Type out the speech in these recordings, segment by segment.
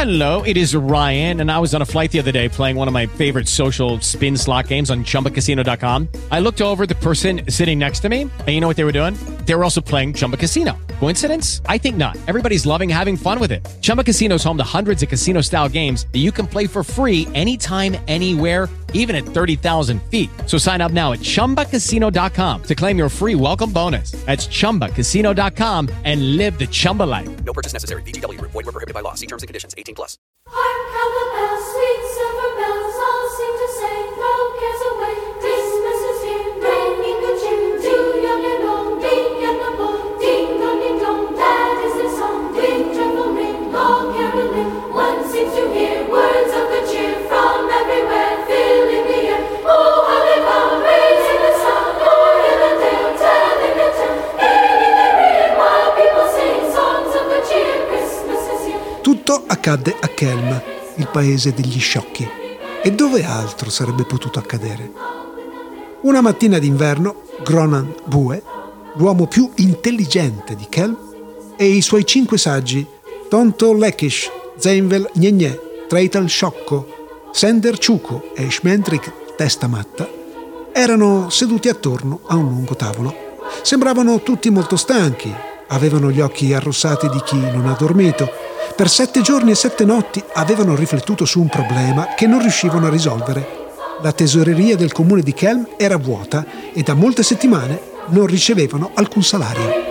Hello, it is Ryan, and I was on a flight the other day playing one of my favorite social spin slot games on ChumbaCasino.com. I looked over at the person sitting next to me, and you know what they were doing? They were also playing Chumba Casino. Coincidence? I think not. Everybody's loving having fun with it. Chumba Casino is home to hundreds of casino-style games that you can play for free anytime, anywhere, even at 30,000 feet. So sign up now at ChumbaCasino.com to claim your free welcome bonus. That's ChumbaCasino.com and live the Chumba life. No purchase necessary. VGW. Void where prohibited by law. See terms and conditions. 18+. Hark how the bells, sweet silver bells, all seem to say, throw cares away. Christmas is here, bringing good cheer to young and old, big and the bold. Ding dong, that is the song. Ring, tremble, ring, all caroling. One seems to hear words of good cheer from everywhere, filling the air. Oh, how they come, raising the sound, o'er hill and dale, telling a tale, gaining their ear, while people sing songs of good cheer. Christmas is here. Tutto accadde a Kelm, il paese degli sciocchi. E dove altro sarebbe potuto accadere? Una mattina d'inverno, Gronan Bue, l'uomo più intelligente di Kelm, e i suoi 5 saggi, Tonto Lekish, Zeinvel Gnegne, Treitel Sciocco, Sender Ciuco e Schmendrick Testamatta, erano seduti attorno a un lungo tavolo. Sembravano tutti molto stanchi, avevano gli occhi arrossati di chi non ha dormito. Per 7 giorni e 7 notti avevano riflettuto su un problema che non riuscivano a risolvere. La tesoreria del comune di Kelm era vuota e da molte settimane non ricevevano alcun salario.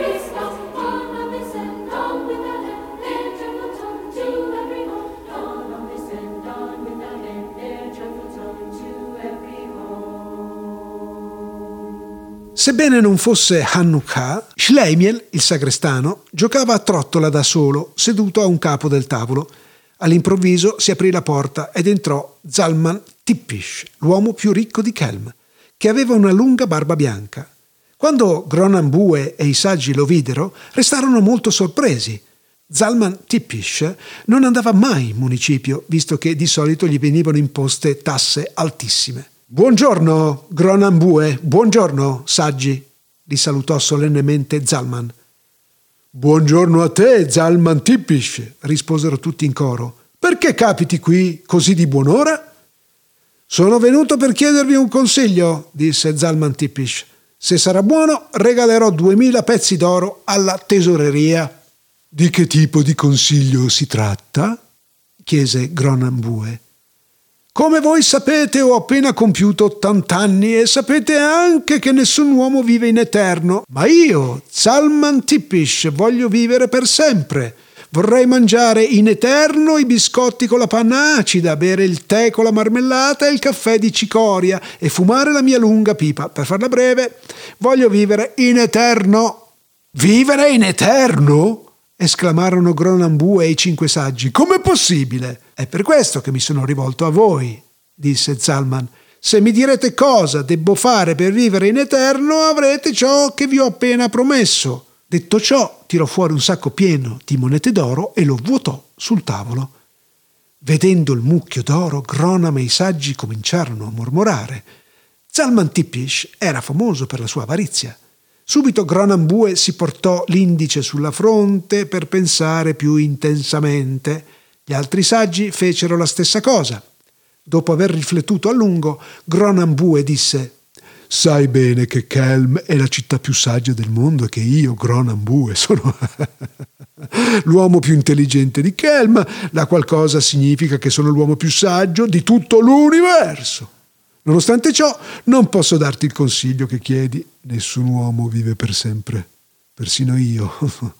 Sebbene non fosse Hanukkah, Schleimiel, il sagrestano, giocava a trottola da solo, seduto a un capo del tavolo. All'improvviso si aprì la porta ed entrò Zalman Tippisch, l'uomo più ricco di Kelm, che aveva una lunga barba bianca. Quando Gronan Bue e i saggi lo videro, restarono molto sorpresi. Zalman Tippisch non andava mai in municipio, visto che di solito gli venivano imposte tasse altissime. «Buongiorno, Gronan Bue, buongiorno, saggi», li salutò solennemente Zalman. «Buongiorno a te, Zalman Tippisch», risposero tutti in coro. «Perché capiti qui così di buon'ora?» «Sono venuto per chiedervi un consiglio», disse Zalman Tippisch. «Se sarà buono, regalerò 2000 pezzi d'oro alla tesoreria». «Di che tipo di consiglio si tratta?» chiese Gronan Bue. «Come voi sapete, ho appena compiuto 80 anni e sapete anche che nessun uomo vive in eterno. Ma io, Zalman Tippisch, voglio vivere per sempre. Vorrei mangiare in eterno i biscotti con la panna acida, bere il tè con la marmellata e il caffè di cicoria e fumare la mia lunga pipa. Per farla breve, voglio vivere in eterno». «Vivere in eterno?» esclamarono Gronan Bue e i 5 saggi. «Com'è possibile?» «È per questo che mi sono rivolto a voi», disse Zalman. «Se mi direte cosa debbo fare per vivere in eterno, avrete ciò che vi ho appena promesso». Detto ciò, tirò fuori un sacco pieno di monete d'oro e lo vuotò sul tavolo. Vedendo il mucchio d'oro, Gronan e i saggi cominciarono a mormorare. Zalman Tippisch era famoso per la sua avarizia. Subito Gronan Bue si portò l'indice sulla fronte per pensare più intensamente. Gli altri saggi fecero la stessa cosa. Dopo aver riflettuto a lungo, Gronan Bue disse: «Sai bene che Kelm è la città più saggia del mondo e che io, Gronan Bue, sono l'uomo più intelligente di Kelm, la qual cosa significa che sono l'uomo più saggio di tutto l'universo. Nonostante ciò, non posso darti il consiglio che chiedi. Nessun uomo vive per sempre. Persino io,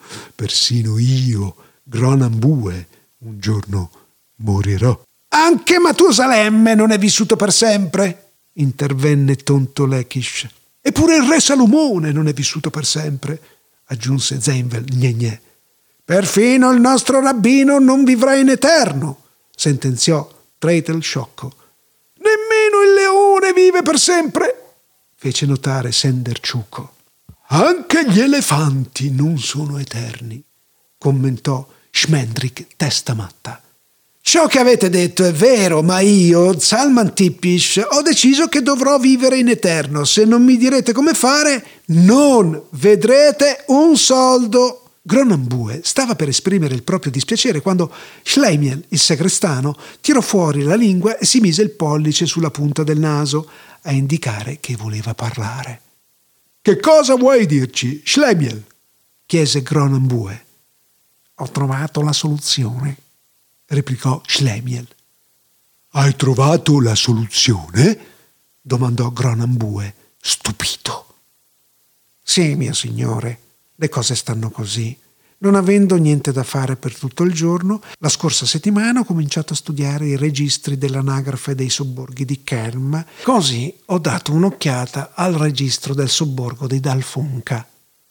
Gronan Bue, un giorno morirò». «Anche Matusalemme non è vissuto per sempre», intervenne Tonto Lekish. «Eppure il re Salomone non è vissuto per sempre», aggiunse Zeinvel Gnegne. «Perfino il nostro rabbino non vivrà in eterno», sentenziò Treitel Sciocco. «Nemmeno il leone vive per sempre», fece notare Sender Ciuco. «Anche gli elefanti non sono eterni», commentò Schmendrick Testamatta. «Ciò che avete detto è vero, ma io, Zalman Tippisch, ho deciso che dovrò vivere in eterno. Se non mi direte come fare, non vedrete un soldo». Gronambue stava per esprimere il proprio dispiacere quando Schlemiel, il sagrestano, tirò fuori la lingua e si mise il pollice sulla punta del naso a indicare che voleva parlare. «Che cosa vuoi dirci, Schlemiel?» chiese Gronambue. «Ho trovato la soluzione», replicò Schlemiel. «Hai trovato la soluzione?» domandò Gronambue, stupito. «Sì, mio signore, le cose stanno così. Non avendo niente da fare per tutto il giorno, la scorsa settimana ho cominciato a studiare i registri dell'anagrafe dei sobborghi di Kelm. Così ho dato un'occhiata al registro del sobborgo di Dalfunca».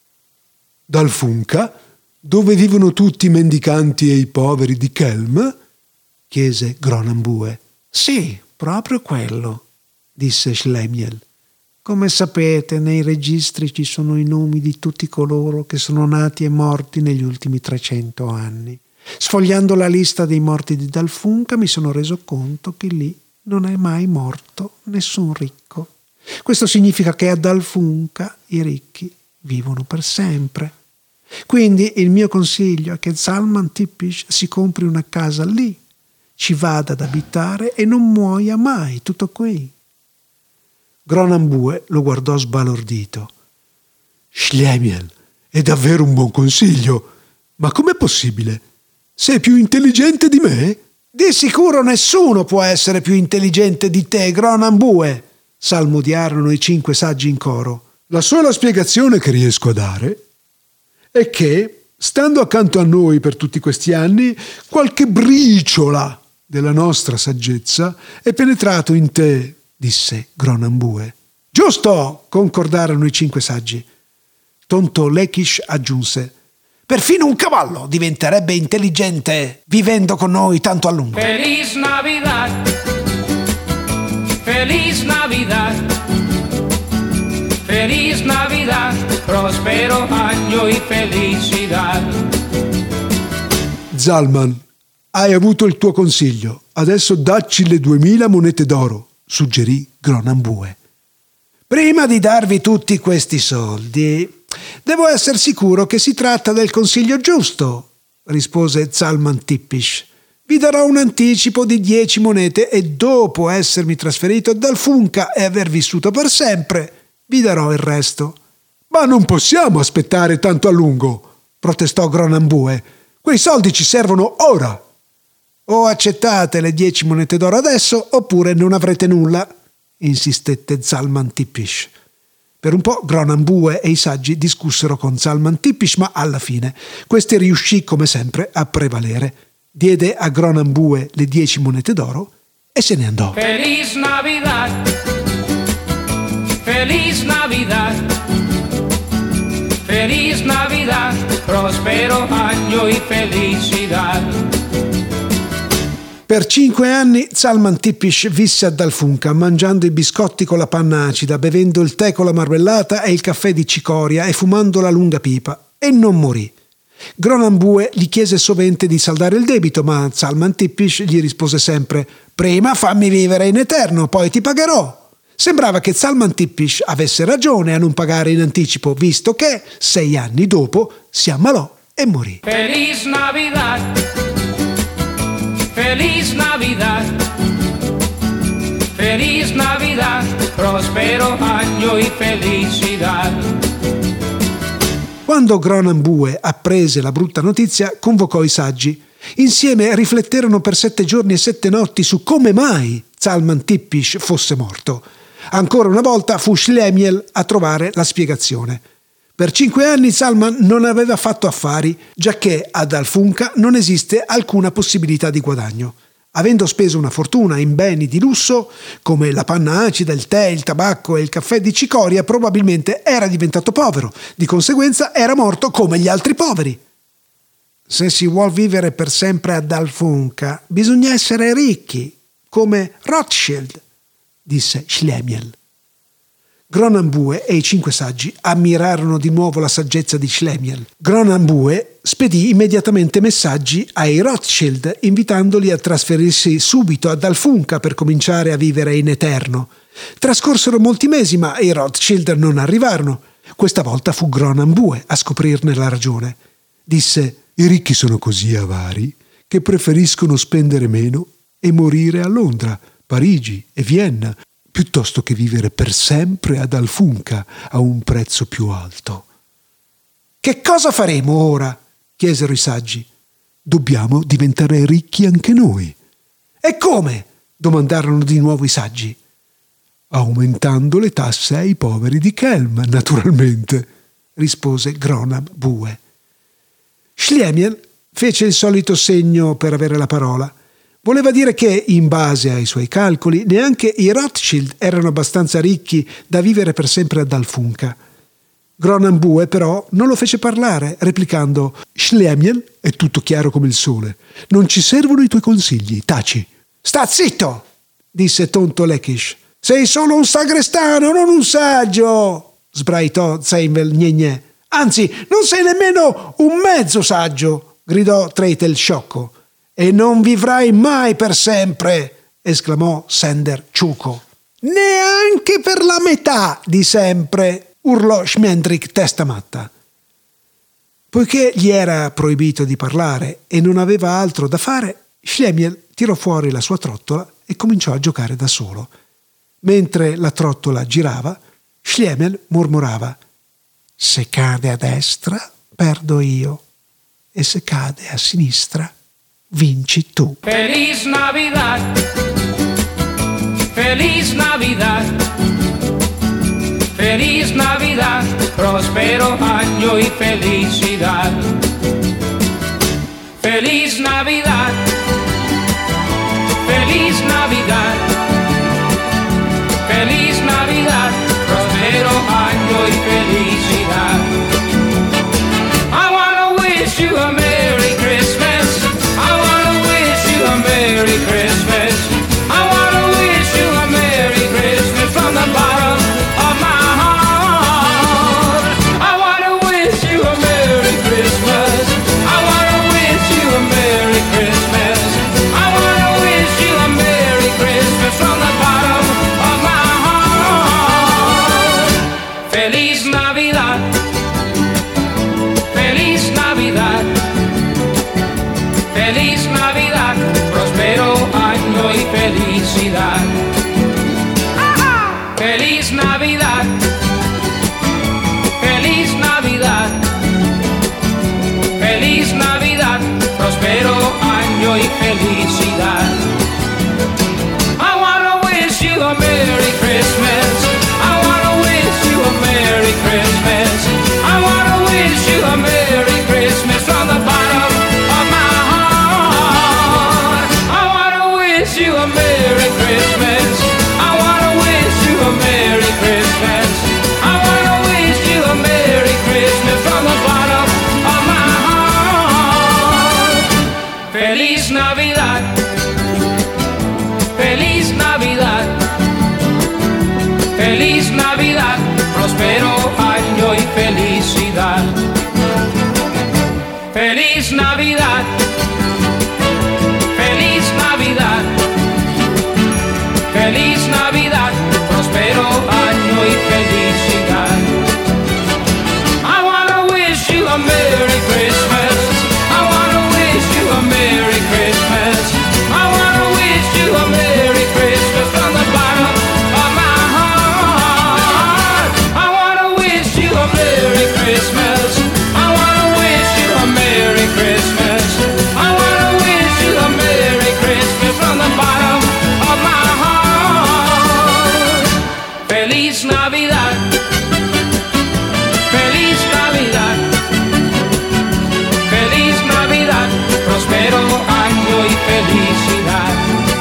«Dalfunca? Dove vivono tutti i mendicanti e i poveri di Kelm?» chiese Gronambue. «Sì, proprio quello», disse Schlemiel. «Come sapete, nei registri ci sono i nomi di tutti coloro che sono nati e morti negli ultimi 300 anni. Sfogliando la lista dei morti di Dalfunca mi sono reso conto che lì non è mai morto nessun ricco. Questo significa che a Dalfunca i ricchi vivono per sempre. Quindi il mio consiglio è che Zalman Tippisch si compri una casa lì, ci vada ad abitare e non muoia mai, tutto qui». Gronambue lo guardò sbalordito. «Schlemiel, è davvero un buon consiglio, ma com'è possibile? Sei più intelligente di me?» «Di sicuro nessuno può essere più intelligente di te, Gronambue», salmodiarono i 5 saggi in coro. «La sola spiegazione che riesco a dare è che, stando accanto a noi per tutti questi anni, qualche briciola della nostra saggezza è penetrato in te», disse Gronambue. «Giusto!» concordarono i 5 saggi. Tonto Lekish aggiunse: «Perfino un cavallo diventerebbe intelligente vivendo con noi tanto a lungo». Feliz Navidad, Feliz Navidad, Feliz Navidad, prospero año y felicidad. «Zalman, hai avuto il tuo consiglio, adesso dacci le 2000 monete d'oro», suggerì Gronambue. «Prima di darvi tutti questi soldi, devo essere sicuro che si tratta del consiglio giusto», rispose Zalman Tippisch. «Vi darò un anticipo di 10 monete e dopo essermi trasferito a Dalfunca e aver vissuto per sempre, vi darò il resto». «Ma non possiamo aspettare tanto a lungo», protestò Gronambue. «Quei soldi ci servono ora». «O accettate le 10 monete d'oro adesso oppure non avrete nulla», insistette Zalman Tippisch. Per un po' Gronambue e i saggi discussero con Zalman Tippisch, ma alla fine questi riuscì come sempre a prevalere. Diede a Gronambue le 10 monete d'oro e se ne andò. Feliz Navidad, Feliz Navidad, Feliz Navidad, prospero año y felicidad. Per 5 anni Zalman Tippisch visse a Dalfunca mangiando i biscotti con la panna acida, bevendo il tè con la marmellata e il caffè di cicoria e fumando la lunga pipa, e non morì. Gronambue gli chiese sovente di saldare il debito, ma Zalman Tippisch gli rispose sempre: «Prima fammi vivere in eterno, poi ti pagherò». Sembrava che Zalman Tippisch avesse ragione a non pagare in anticipo, visto che 6 anni dopo si ammalò e morì. Feliz Navidad, Feliz Navidad, Feliz Navidad, prospero año y felicidad. Quando Gronambue apprese la brutta notizia, convocò i saggi. Insieme rifletterono per 7 giorni e 7 notti su come mai Zalman Tippisch fosse morto. Ancora una volta fu Schlemiel a trovare la spiegazione. Per 5 anni Zalman non aveva fatto affari, giacché a Dalfunca non esiste alcuna possibilità di guadagno. Avendo speso una fortuna in beni di lusso, come la panna acida, il tè, il tabacco e il caffè di cicoria, probabilmente era diventato povero. Di conseguenza era morto come gli altri poveri. Se si vuol vivere per sempre a Dalfunca, bisogna essere ricchi, come Rothschild, disse Schlemiel. Gronambue e i 5 saggi ammirarono di nuovo la saggezza di Schlemiel. Gronambue spedì immediatamente messaggi ai Rothschild invitandoli a trasferirsi subito a Dalfunca per cominciare a vivere in eterno. Trascorsero molti mesi, ma i Rothschild non arrivarono. Questa volta fu Gronambue a scoprirne la ragione. Disse: i ricchi sono così avari che preferiscono spendere meno e morire a Londra, Parigi e Vienna, piuttosto che vivere per sempre ad Alfunca a un prezzo più alto. Che cosa faremo ora? Chiesero i saggi. Dobbiamo diventare ricchi anche noi. E come? Domandarono di nuovo i saggi. Aumentando le tasse ai poveri di Kelm, naturalmente, rispose Gronab Bue. Schlemiel fece il solito segno per avere la parola. Voleva dire che, in base ai suoi calcoli, neanche i Rothschild erano abbastanza ricchi da vivere per sempre ad Alfunca. Gronab Bue, però, non lo fece parlare, replicando: Schlemiel è tutto chiaro come il sole. Non ci servono i tuoi consigli, taci. Sta zitto, disse tonto Lekish. Sei solo un sagrestano, non un saggio, sbraitò Zeinvel Gnegné. Anzi, non sei nemmeno un mezzo saggio, gridò Traitel sciocco. E non vivrai mai per sempre, esclamò Sender Ciuco. Neanche per la metà di sempre, urlò Schmendrick Testamatta. Poiché gli era proibito di parlare e non aveva altro da fare, Schlemiel tirò fuori la sua trottola e cominciò a giocare da solo. Mentre la trottola girava, Schlemiel mormorava: se cade a destra, perdo io, e se cade a sinistra, vinci tu. Feliz Navidad, Feliz Navidad, Feliz Navidad, próspero año y felicidad. Feliz Navidad, Feliz Navidad, Feliz Navidad, próspero año y felicidad. I wanna wish you a Merry Christmas. I wanna wish you a Merry Christmas. I wanna wish you a Merry Christmas from the bottom of my heart. I wanna wish you a Merry Christmas. I wanna wish you a Merry Christmas. I wanna wish you a Merry Christmas from the bottom of my heart. Feliz Navidad, Feliz Navidad, Feliz Navidad, próspero año y felicidad. Feliz Navidad, Feliz Navidad, Feliz Navidad, próspero año y felicidad. I wanna wish you a Merry Christmas. I wanna wish you a Merry Christmas. I wanna wish you a Merry Christmas from the bottom of my heart. I wanna wish you a Merry Christmas. I wanna wish you a Merry Christmas. I wanna wish you a Merry Christmas from the bottom of my heart. Feliz Navidad, Feliz Navidad, Feliz Navidad, próspero año y felicidad. Feliz Navidad, Feliz Navidad, Feliz Navidad, próspero año y felicidad. I wanna wish you a Merry Christmas. I wanna wish you a Merry Christmas. I wanna wish you a Merry Christmas from the bottom of my heart. I wanna wish you a Merry Christmas. I wanna wish you a Merry Christmas. I wanna wish you a Merry Christmas from the bottom of my heart. Feliz Navidad, Feliz Navidad, Feliz Navidad, próspero año y felicidad.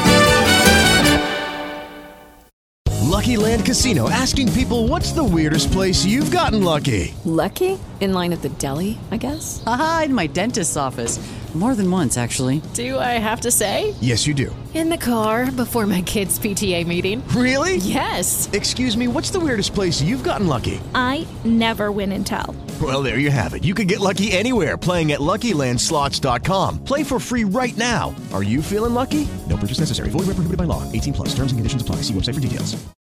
Lucky Land Casino, asking people, what's the weirdest place you've gotten lucky? Lucky? In line at the deli, I guess? Aha, in my dentist's office. More than once, actually. Do I have to say? Yes, you do. In the car before my kids' PTA meeting. Really? Yes. Excuse me, what's the weirdest place you've gotten lucky? I never win and tell. Well, there you have it. You can get lucky anywhere, playing at LuckyLandSlots.com. Play for free right now. Are you feeling lucky? No purchase necessary. Void where prohibited by law. 18+. Terms and conditions apply. See website for details.